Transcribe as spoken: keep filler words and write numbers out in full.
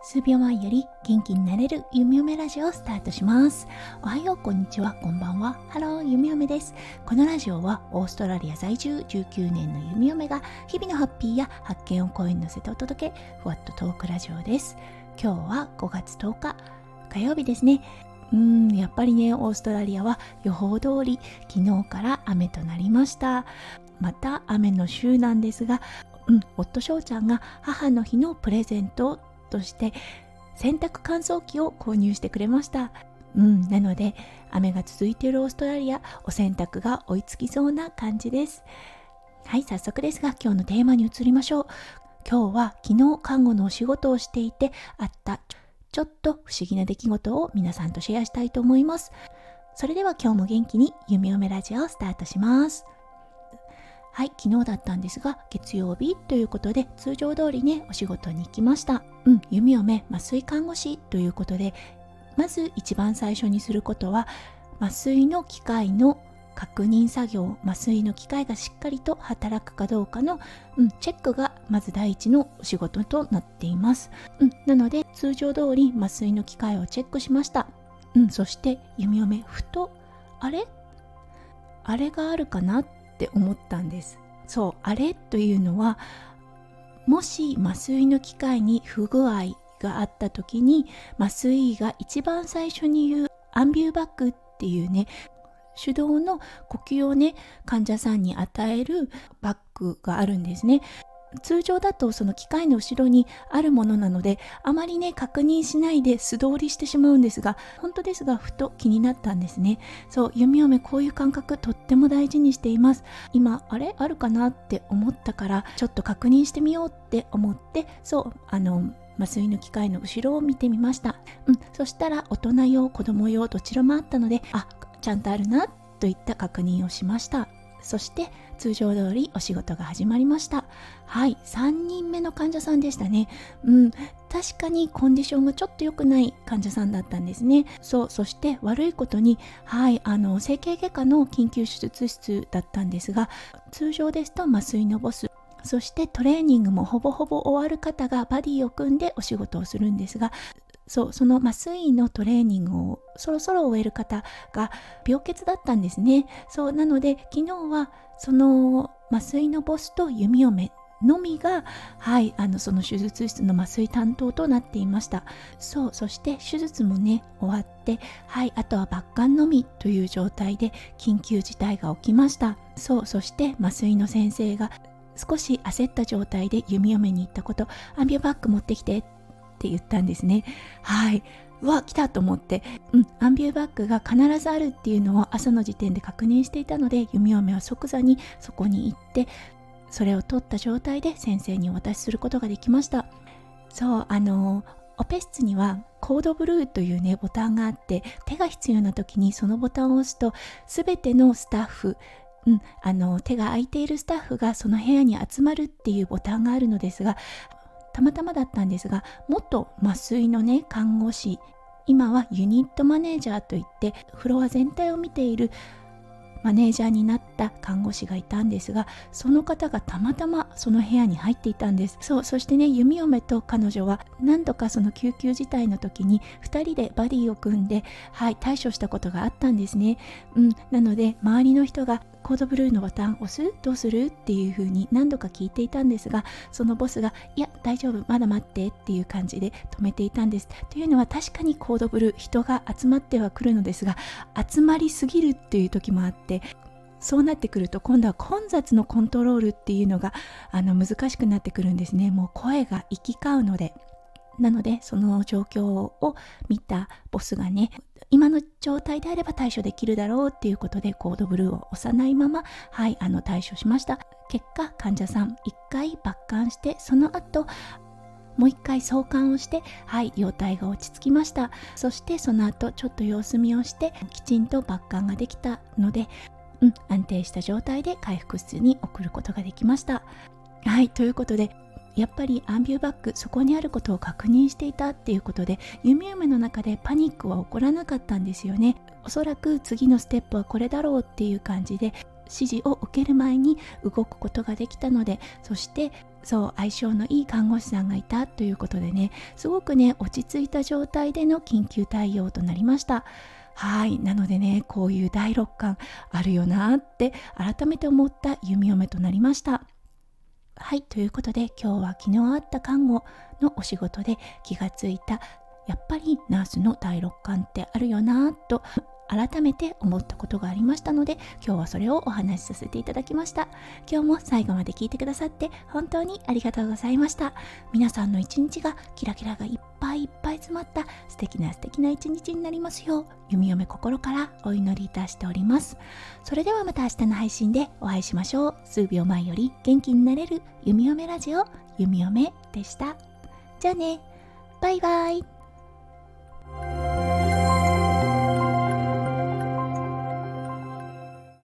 数秒前より元気になれるゆみおめラジオをスタートします。おはよう、こんにちは、こんばんは。ハロー、ゆみおめです。このラジオはオーストラリア在住じゅうきゅうねんのゆみおめが日々のハッピーや発見を声に乗せてお届け、ふわっとトークラジオです。今日はごがつとおか火曜日ですね。うーんやっぱりね、オーストラリアは予報通り昨日から雨となりました。また雨の週なんですが、うん、夫翔ちゃんが母の日のプレゼントとして洗濯乾燥機を購入してくれました。うん、なので雨が続いているオーストラリア、お洗濯が追いつきそうな感じです。はい、早速ですが今日のテーマに移りましょう。今日は昨日看護のお仕事をしていてあったちょっと不思議な出来事を皆さんとシェアしたいと思います。それでは今日も元気にゆみおめラジオをスタートします。はい、昨日だったんですが月曜日ということで通常通りねお仕事に行きました。うん、弓嫁麻酔看護師ということで、まず一番最初にすることは麻酔の機械の確認作業、麻酔の機械がしっかりと働くかどうかの、うん、チェックがまず第一のお仕事となっています。うん、なので通常通り麻酔の機械をチェックしました。うん、そして弓嫁ふとあれあれがあるかなって思ったんです。そう、あれというのは、もし麻酔の機械に不具合があった時に麻酔医が一番最初に言うアンビューバッグっていうね、手動の呼吸をね患者さんに与えるバッグがあるんですね。通常だとその機械の後ろにあるものなのであまりね確認しないで素通りしてしまうんですが、本当ですがふと気になったんですね。そう、弓嫁こういう感覚とっても大事にしています。今あれあるかなって思ったからちょっと確認してみようって思って、そうあの麻酔の機械の後ろを見てみました。うん、そしたら大人用子供用どちらもあったので、あ、ちゃんとあるなといった確認をしました。そして通常通りお仕事が始まりました。はい、さんにんめの患者さんでしたね。うん、確かにコンディションがちょっと良くない患者さんだったんですね。そう、そして悪いことに、はい、あの整形外科の緊急手術室だったんですが、通常ですと麻酔のボス、そしてトレーニングもほぼほぼ終わる方がバディを組んでお仕事をするんですが、そうその麻酔のトレーニングをそろそろ終える方が病欠だったんですね。そうなので昨日はその麻酔のボスと弓嫁のみが、はい、あのその手術室の麻酔担当となっていました。そう、そして手術もね終わって、はい、あとは抜管のみという状態で緊急事態が起きました。そう、そして麻酔の先生が少し焦った状態で弓嫁に言ったこと、アンビューバッグ持ってきてって言ったんですね。はい、うわ来たと思って、うん、アンビューバッグが必ずあるっていうのを朝の時点で確認していたので、弓嫁は即座にそこに行ってそれを取った状態で先生にお渡しすることができました。そう、あのオペ室にはコードブルーというねボタンがあって、手が必要な時にそのボタンを押すと全てのスタッフ、うん、あの手が空いているスタッフがその部屋に集まるっていうボタンがあるのですが、たまたまだったんですが、元麻酔のね看護師、今はユニットマネージャーといってフロア全体を見ているマネージャーになった看護師がいたんですが、その方がたまたまその部屋に入っていたんです。そう、そしてね弓嫁と彼女は何度かその救急事態の時にふたりでバディを組んで、はい、対処したことがあったんですね。うん、なので周りの人がコードブルーのボタン押す？どうする？っていう風に何度か聞いていたんですが、そのボスがいや大丈夫、まだ待ってっていう感じで止めていたんです。というのは確かにコードブルー人が集まってはくるのですが、集まりすぎるっていう時もあって、そうなってくると今度は混雑のコントロールっていうのがあの難しくなってくるんですね。もう声が行き交うので。なのでその状況を見たボスがね、今の状態であれば対処できるだろうっていうことでコードブルーを押さないまま、はい、あの対処しました。結果患者さんいっかい抜管して、その後もういっかい送還をして、はい、容体が落ち着きました。そしてその後ちょっと様子見をしてきちんと抜管ができたので、うん、安定した状態で回復室に送ることができました。はい、ということでやっぱりアンビューバッグそこにあることを確認していたっていうことで、弓嫁の中でパニックは起こらなかったんですよね。おそらく次のステップはこれだろうっていう感じで指示を受ける前に動くことができたので、そしてそう相性のいい看護師さんがいたということでね、すごくね落ち着いた状態での緊急対応となりました。はい、なのでね、こういう第六感あるよなって改めて思った弓嫁となりました。はい、ということで今日は昨日あった看護のお仕事で気がついた、やっぱりナースの第六感ってあるよなと改めて思ったことがありましたので、今日はそれをお話しさせていただきました。今日も最後まで聞いてくださって本当にありがとうございました。皆さんの一日がキラキラがいっぱいいっぱい詰まった素敵な素敵な一日になりますよう、弓嫁心からお祈りいたしております。それではまた明日の配信でお会いしましょう。数秒前より元気になれる弓嫁ラジオ、弓嫁でした。じゃあね、バイバイ。